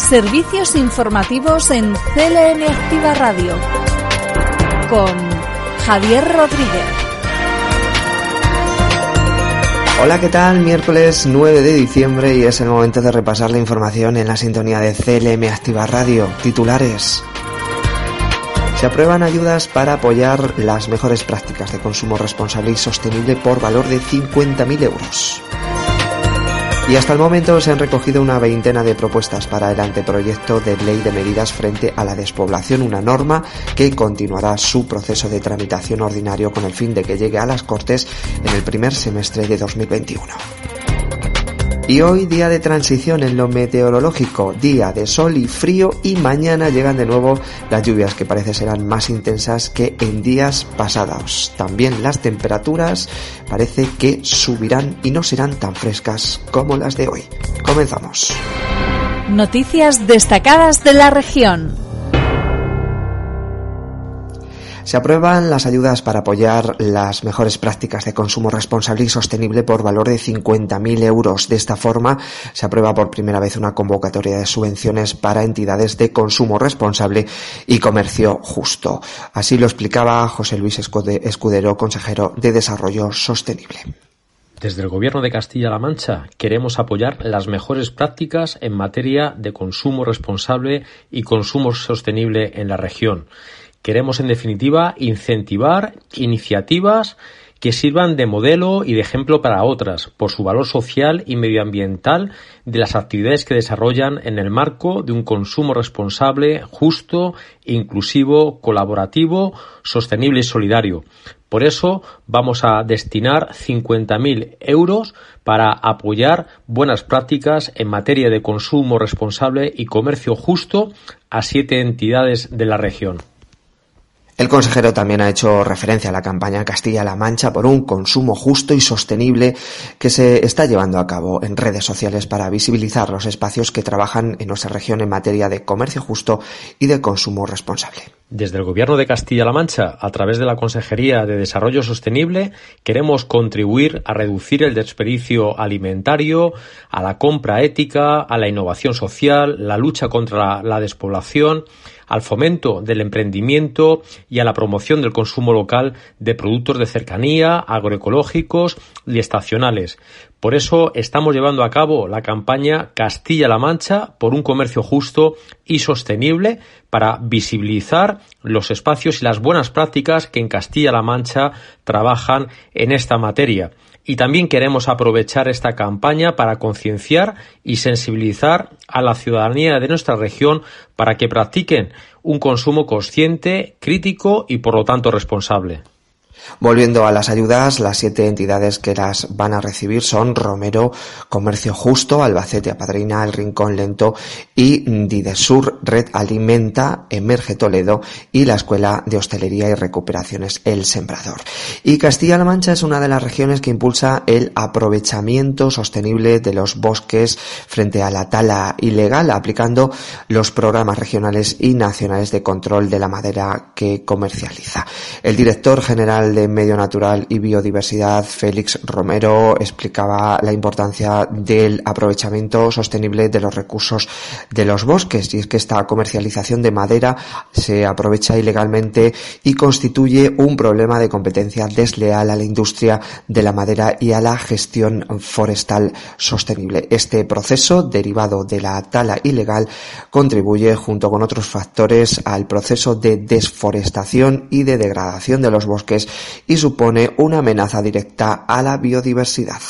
Servicios informativos en CLM Activa Radio con Javier Rodríguez. Hola, ¿qué tal? Miércoles 9 de diciembre y es el momento de repasar la información en la sintonía de CLM Activa Radio. Titulares. Se aprueban ayudas para apoyar las mejores prácticas de consumo responsable y sostenible por valor de 50.000 euros. Y hasta el momento se han recogido una veintena de propuestas para el anteproyecto de ley de medidas frente a la despoblación, una norma que continuará su proceso de tramitación ordinario con el fin de que llegue a las Cortes en el primer semestre de 2021. Y hoy, día de transición en lo meteorológico, día de sol y frío, y mañana llegan de nuevo las lluvias que parece serán más intensas que en días pasados. También las temperaturas parece que subirán y no serán tan frescas como las de hoy. Comenzamos. Noticias destacadas de la región. Se aprueban las ayudas para apoyar las mejores prácticas de consumo responsable y sostenible por valor de 50.000 euros. De esta forma, se aprueba por primera vez una convocatoria de subvenciones para entidades de consumo responsable y comercio justo. Así lo explicaba José Luis Escudero, consejero de Desarrollo Sostenible. Desde el Gobierno de Castilla-La Mancha queremos apoyar las mejores prácticas en materia de consumo responsable y consumo sostenible en la región. Queremos, en definitiva, incentivar iniciativas que sirvan de modelo y de ejemplo para otras, por su valor social y medioambiental de las actividades que desarrollan en el marco de un consumo responsable, justo, inclusivo, colaborativo, sostenible y solidario. Por eso vamos a destinar 50.000 euros para apoyar buenas prácticas en materia de consumo responsable y comercio justo a 7 entidades de la región. El consejero también ha hecho referencia a la campaña Castilla-La Mancha por un consumo justo y sostenible que se está llevando a cabo en redes sociales para visibilizar los espacios que trabajan en nuestra región en materia de comercio justo y de consumo responsable. Desde el Gobierno de Castilla-La Mancha, a través de la Consejería de Desarrollo Sostenible, queremos contribuir a reducir el desperdicio alimentario, a la compra ética, a la innovación social, la lucha contra la despoblación, al fomento del emprendimiento y a la promoción del consumo local de productos de cercanía, agroecológicos y estacionales. Por eso estamos llevando a cabo la campaña Castilla-La Mancha por un comercio justo y sostenible para visibilizar los espacios y las buenas prácticas que en Castilla-La Mancha trabajan en esta materia. Y también queremos aprovechar esta campaña para concienciar y sensibilizar a la ciudadanía de nuestra región para que practiquen un consumo consciente, crítico y por lo tanto responsable. Volviendo a las ayudas, las 7 entidades que las van a recibir son Romero, Comercio Justo, Albacete Apadrina, El Rincón Lento y Didesur, Red Alimenta, Emerge Toledo y la Escuela de Hostelería y Recuperaciones El Sembrador. Y Castilla-La Mancha es una de las regiones que impulsa el aprovechamiento sostenible de los bosques frente a la tala ilegal, aplicando los programas regionales y nacionales de control de la madera que comercializa. El director general de Medio Natural y Biodiversidad, Félix Romero, explicaba la importancia del aprovechamiento sostenible de los recursos de los bosques, y es que esta comercialización de madera se aprovecha ilegalmente y constituye un problema de competencia desleal a la industria de la madera y a la gestión forestal sostenible. Este proceso, derivado de la tala ilegal, contribuye junto con otros factores al proceso de desforestación y de degradación de los bosques y supone una amenaza directa a la biodiversidad.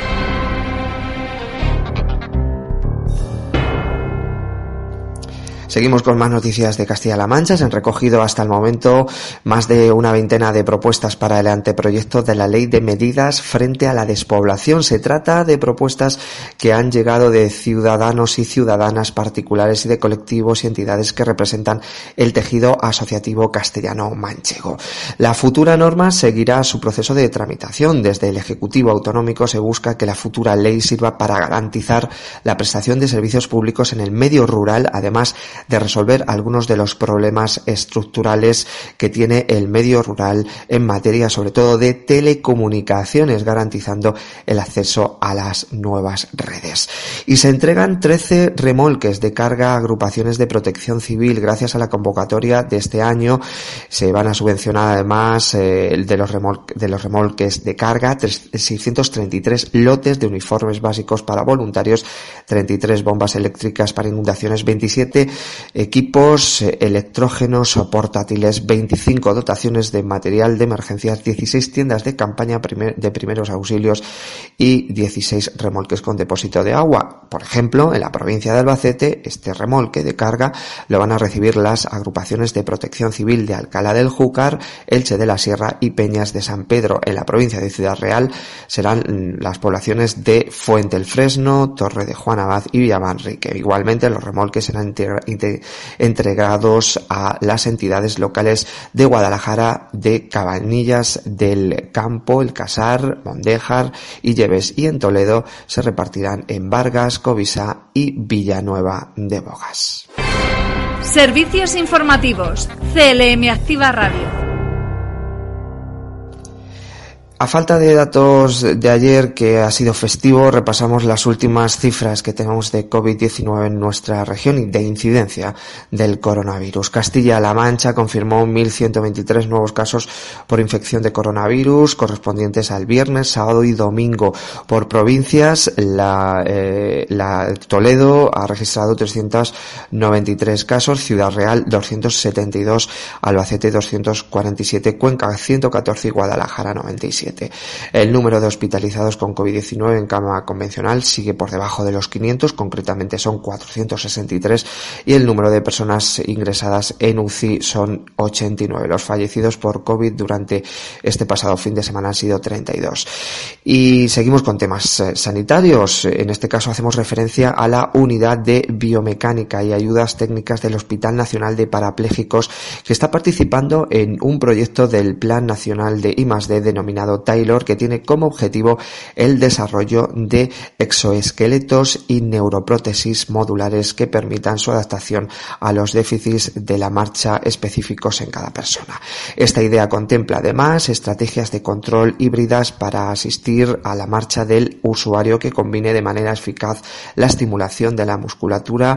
Seguimos con más noticias de Castilla-La Mancha. Se han recogido hasta el momento más de una veintena de propuestas para el anteproyecto de la Ley de Medidas frente a la despoblación. Se trata de propuestas que han llegado de ciudadanos y ciudadanas particulares y de colectivos y entidades que representan el tejido asociativo castellano-manchego. La futura norma seguirá su proceso de tramitación. Desde el Ejecutivo Autonómico se busca que la futura ley sirva para garantizar la prestación de servicios públicos en el medio rural, además de resolver algunos de los problemas estructurales que tiene el medio rural en materia sobre todo de telecomunicaciones, garantizando el acceso a las nuevas redes. Y se entregan 13 remolques de carga a agrupaciones de protección civil. Gracias a la convocatoria de este año se van a subvencionar además de los remolques de carga 633 lotes de uniformes básicos para voluntarios, 33 bombas eléctricas para inundaciones, 27 equipos electrógenos o portátiles, 25 dotaciones de material de emergencias, 16 tiendas de campaña de primeros auxilios y 16 remolques con depósito de agua. Por ejemplo, en la provincia de Albacete, este remolque de carga lo van a recibir las agrupaciones de protección civil de Alcalá del Júcar, Elche de la Sierra y Peñas de San Pedro. En la provincia de Ciudad Real serán las poblaciones de Fuente el Fresno, Torre de Juan Abad y Villamanrique. Igualmente, los remolques serán entregados a las entidades locales de Guadalajara, de Cabanillas del Campo, El Casar, Mondéjar y Lleves, y en Toledo se repartirán en Vargas, Covisa y Villanueva de Bogas. Servicios informativos. CLM Activa Radio. A falta de datos de ayer, que ha sido festivo, repasamos las últimas cifras que tenemos de COVID-19 en nuestra región y de incidencia del coronavirus. Castilla-La Mancha confirmó 1.123 nuevos casos por infección de coronavirus, correspondientes al viernes, sábado y domingo. Por provincias, la Toledo ha registrado 393 casos, Ciudad Real 272, Albacete 247, Cuenca 114 y Guadalajara 97. El número de hospitalizados con COVID-19 en cama convencional sigue por debajo de los 500, concretamente son 463, y el número de personas ingresadas en UCI son 89. Los fallecidos por COVID durante este pasado fin de semana han sido 32. Y seguimos con temas sanitarios. En este caso hacemos referencia a la unidad de biomecánica y ayudas técnicas del Hospital Nacional de Parapléjicos, que está participando en un proyecto del Plan Nacional de I+D denominado Taylor, que tiene como objetivo el desarrollo de exoesqueletos y neuroprótesis modulares que permitan su adaptación a los déficits de la marcha específicos en cada persona. Esta idea contempla además estrategias de control híbridas para asistir a la marcha del usuario, que combine de manera eficaz la estimulación de la musculatura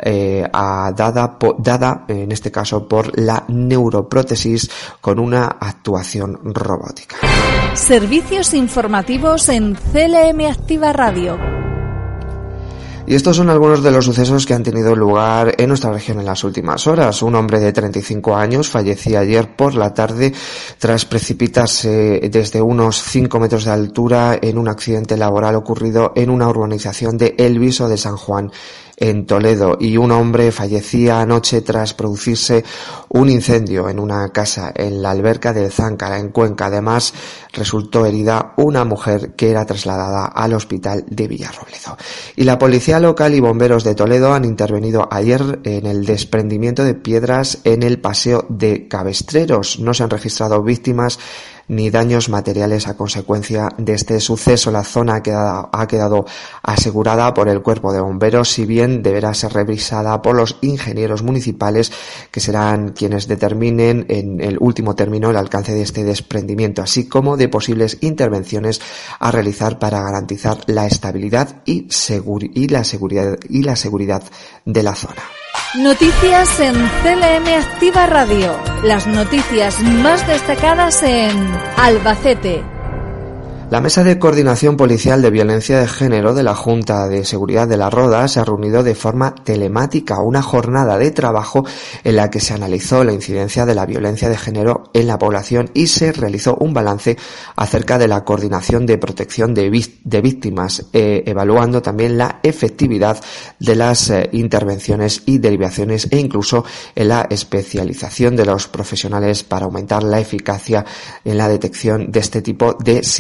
dada en este caso por la neuroprótesis con una actuación robótica. Servicios informativos en CLM Activa Radio. Y estos son algunos de los sucesos que han tenido lugar en nuestra región en las últimas horas. Un hombre de 35 años fallecía ayer por la tarde tras precipitarse desde unos 5 metros de altura en un accidente laboral ocurrido en una urbanización de El Viso de San Juan, en Toledo. Y un hombre fallecía anoche tras producirse un incendio en una casa en la alberca de Záncara, en Cuenca. Además, resultó herida una mujer que era trasladada al hospital de Villarrobledo. Y la policía local y bomberos de Toledo han intervenido ayer en el desprendimiento de piedras en el paseo de Cabestreros. No se han registrado víctimas ni daños materiales a consecuencia de este suceso. La zona ha quedado asegurada por el cuerpo de bomberos, si bien deberá ser revisada por los ingenieros municipales, que serán quienes determinen en el último término el alcance de este desprendimiento, así como de posibles intervenciones a realizar para garantizar la estabilidad y la seguridad de la zona. Noticias en CLM Activa Radio. Las noticias más destacadas en Albacete. La Mesa de Coordinación Policial de Violencia de Género de la Junta de Seguridad de la Roda se ha reunido de forma telemática, una jornada de trabajo en la que se analizó la incidencia de la violencia de género en la población y se realizó un balance acerca de la coordinación de protección de víctimas, evaluando también la efectividad de las intervenciones y derivaciones e incluso en la especialización de los profesionales para aumentar la eficacia en la detección de este tipo de situaciones.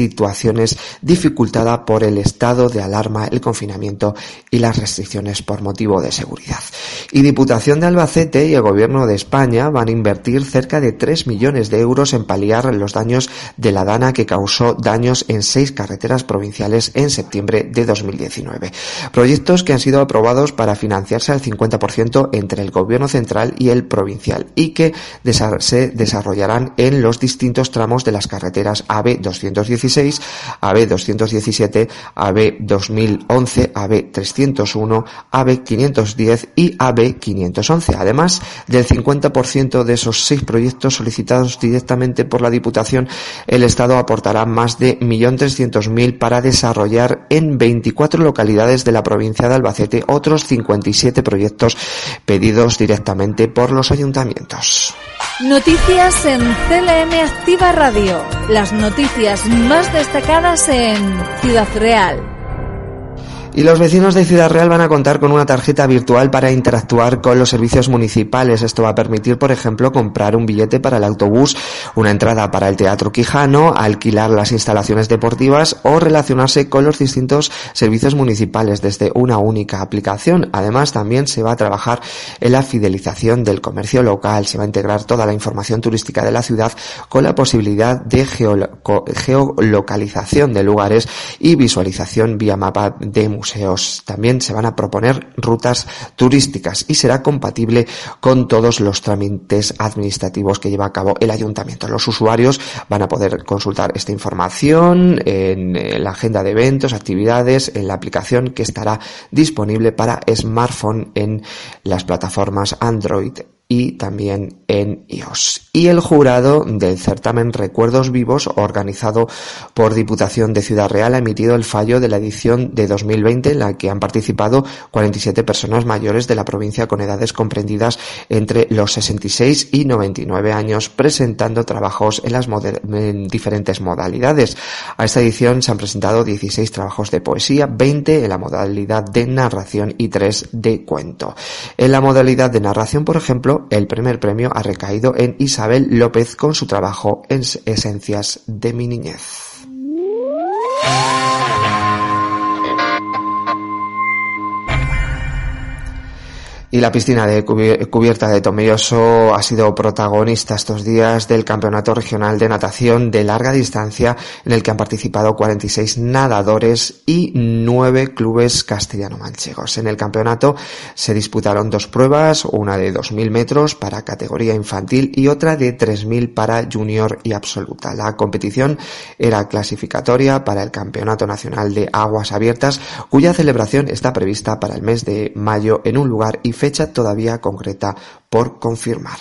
actuaciones dificultada por el estado de alarma, el confinamiento y las restricciones por motivo de seguridad. Y Diputación de Albacete y el Gobierno de España van a invertir cerca de 3 millones de euros en paliar los daños de la Dana, que causó daños en 6 carreteras provinciales en septiembre de 2019. Proyectos que han sido aprobados para financiarse al 50% entre el Gobierno central y el provincial y que se desarrollarán en los distintos tramos de las carreteras AB 216, AB 217, AB 2011, AB 301, AB 510 y AB 511. Además del 50% de esos 6 proyectos solicitados directamente por la Diputación, el Estado aportará más de 1.300.000 para desarrollar en 24 localidades de la provincia de Albacete otros 57 proyectos pedidos directamente por los ayuntamientos. Noticias en CLM Activa Radio. Las noticias más destacadas en Ciudad Real. Y los vecinos de Ciudad Real van a contar con una tarjeta virtual para interactuar con los servicios municipales. Esto va a permitir, por ejemplo, comprar un billete para el autobús, una entrada para el Teatro Quijano, alquilar las instalaciones deportivas o relacionarse con los distintos servicios municipales desde una única aplicación. Además, también se va a trabajar en la fidelización del comercio local. Se va a integrar toda la información turística de la ciudad con la posibilidad de geolocalización de lugares y visualización vía mapa de museos. También se van a proponer rutas turísticas y será compatible con todos los trámites administrativos que lleva a cabo el ayuntamiento. Los usuarios van a poder consultar esta información en la agenda de eventos, actividades, en la aplicación que estará disponible para smartphone en las plataformas Android y también en iOS. Y el jurado del certamen Recuerdos Vivos, organizado por Diputación de Ciudad Real, ha emitido el fallo de la edición de 2020 en la que han participado 47 personas mayores de la provincia con edades comprendidas entre los 66 y 99 años, presentando trabajos en diferentes modalidades. A esta edición se han presentado 16 trabajos de poesía, 20 en la modalidad de narración y 3 de cuento. En la modalidad de narración, por ejemplo, el primer premio ha recaído en Isabel López con su trabajo en Esencias de mi niñez. Y la piscina de cubierta de Tomelloso ha sido protagonista estos días del Campeonato Regional de Natación de Larga Distancia, en el que han participado 46 nadadores y 9 clubes castellano-manchegos. En el campeonato se disputaron 2 pruebas, una de 2.000 metros para categoría infantil y otra de 3.000 para junior y absoluta. La competición era clasificatoria para el Campeonato Nacional de Aguas Abiertas, cuya celebración está prevista para el mes de mayo en un lugar y fecha todavía concreta por confirmar.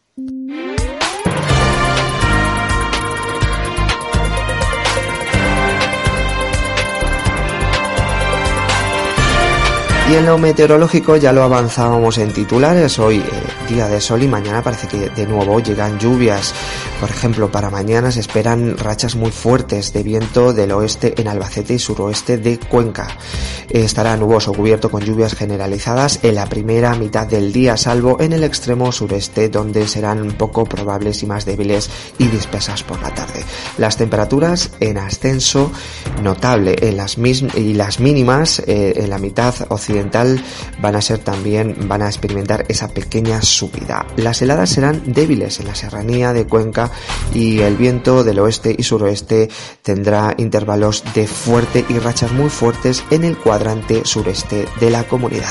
Y en lo meteorológico ya lo avanzábamos en titulares. Hoy día de sol y mañana parece que de nuevo llegan lluvias. Por ejemplo, para mañana se esperan rachas muy fuertes de viento del oeste en Albacete y suroeste de Cuenca. Estará nuboso cubierto con lluvias generalizadas en la primera mitad del día, salvo en el extremo sureste, donde serán poco probables y más débiles y dispersas por la tarde. Las temperaturas en ascenso notable y las mínimas en la mitad occidental van a experimentar esa pequeña subida. Las heladas serán débiles en la serranía de Cuenca y el viento del oeste y suroeste tendrá intervalos de fuerte y rachas muy fuertes en el cuadrante sureste de la comunidad.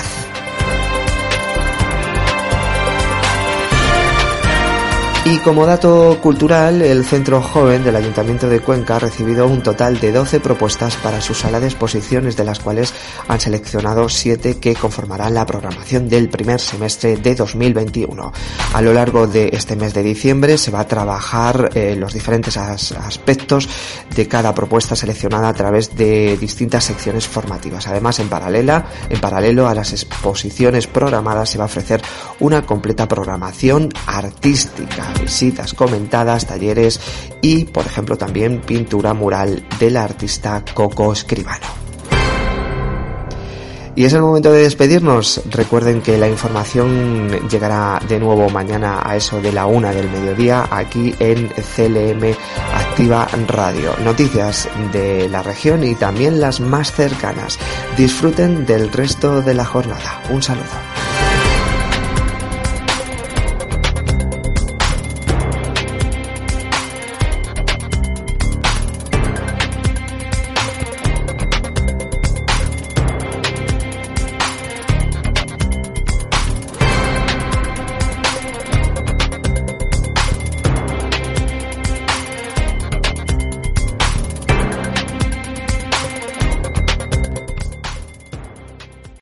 Y como dato cultural, el Centro Joven del Ayuntamiento de Cuenca ha recibido un total de 12 propuestas para su sala de exposiciones, de las cuales han seleccionado 7 que conformarán la programación del primer semestre de 2021. A lo largo de este mes de diciembre se va a trabajar los diferentes aspectos de cada propuesta seleccionada a través de distintas secciones formativas. Además, en paralelo a las exposiciones programadas, se va a ofrecer una completa programación artística, visitas comentadas, talleres y, por ejemplo, también pintura mural de la artista Coco Escribano. Y es el momento de despedirnos. Recuerden que la información llegará de nuevo mañana a eso de la 1 del mediodía aquí en CLM Activa. Activa Radio. Noticias de la región y también las más cercanas. Disfruten del resto de la jornada. Un saludo.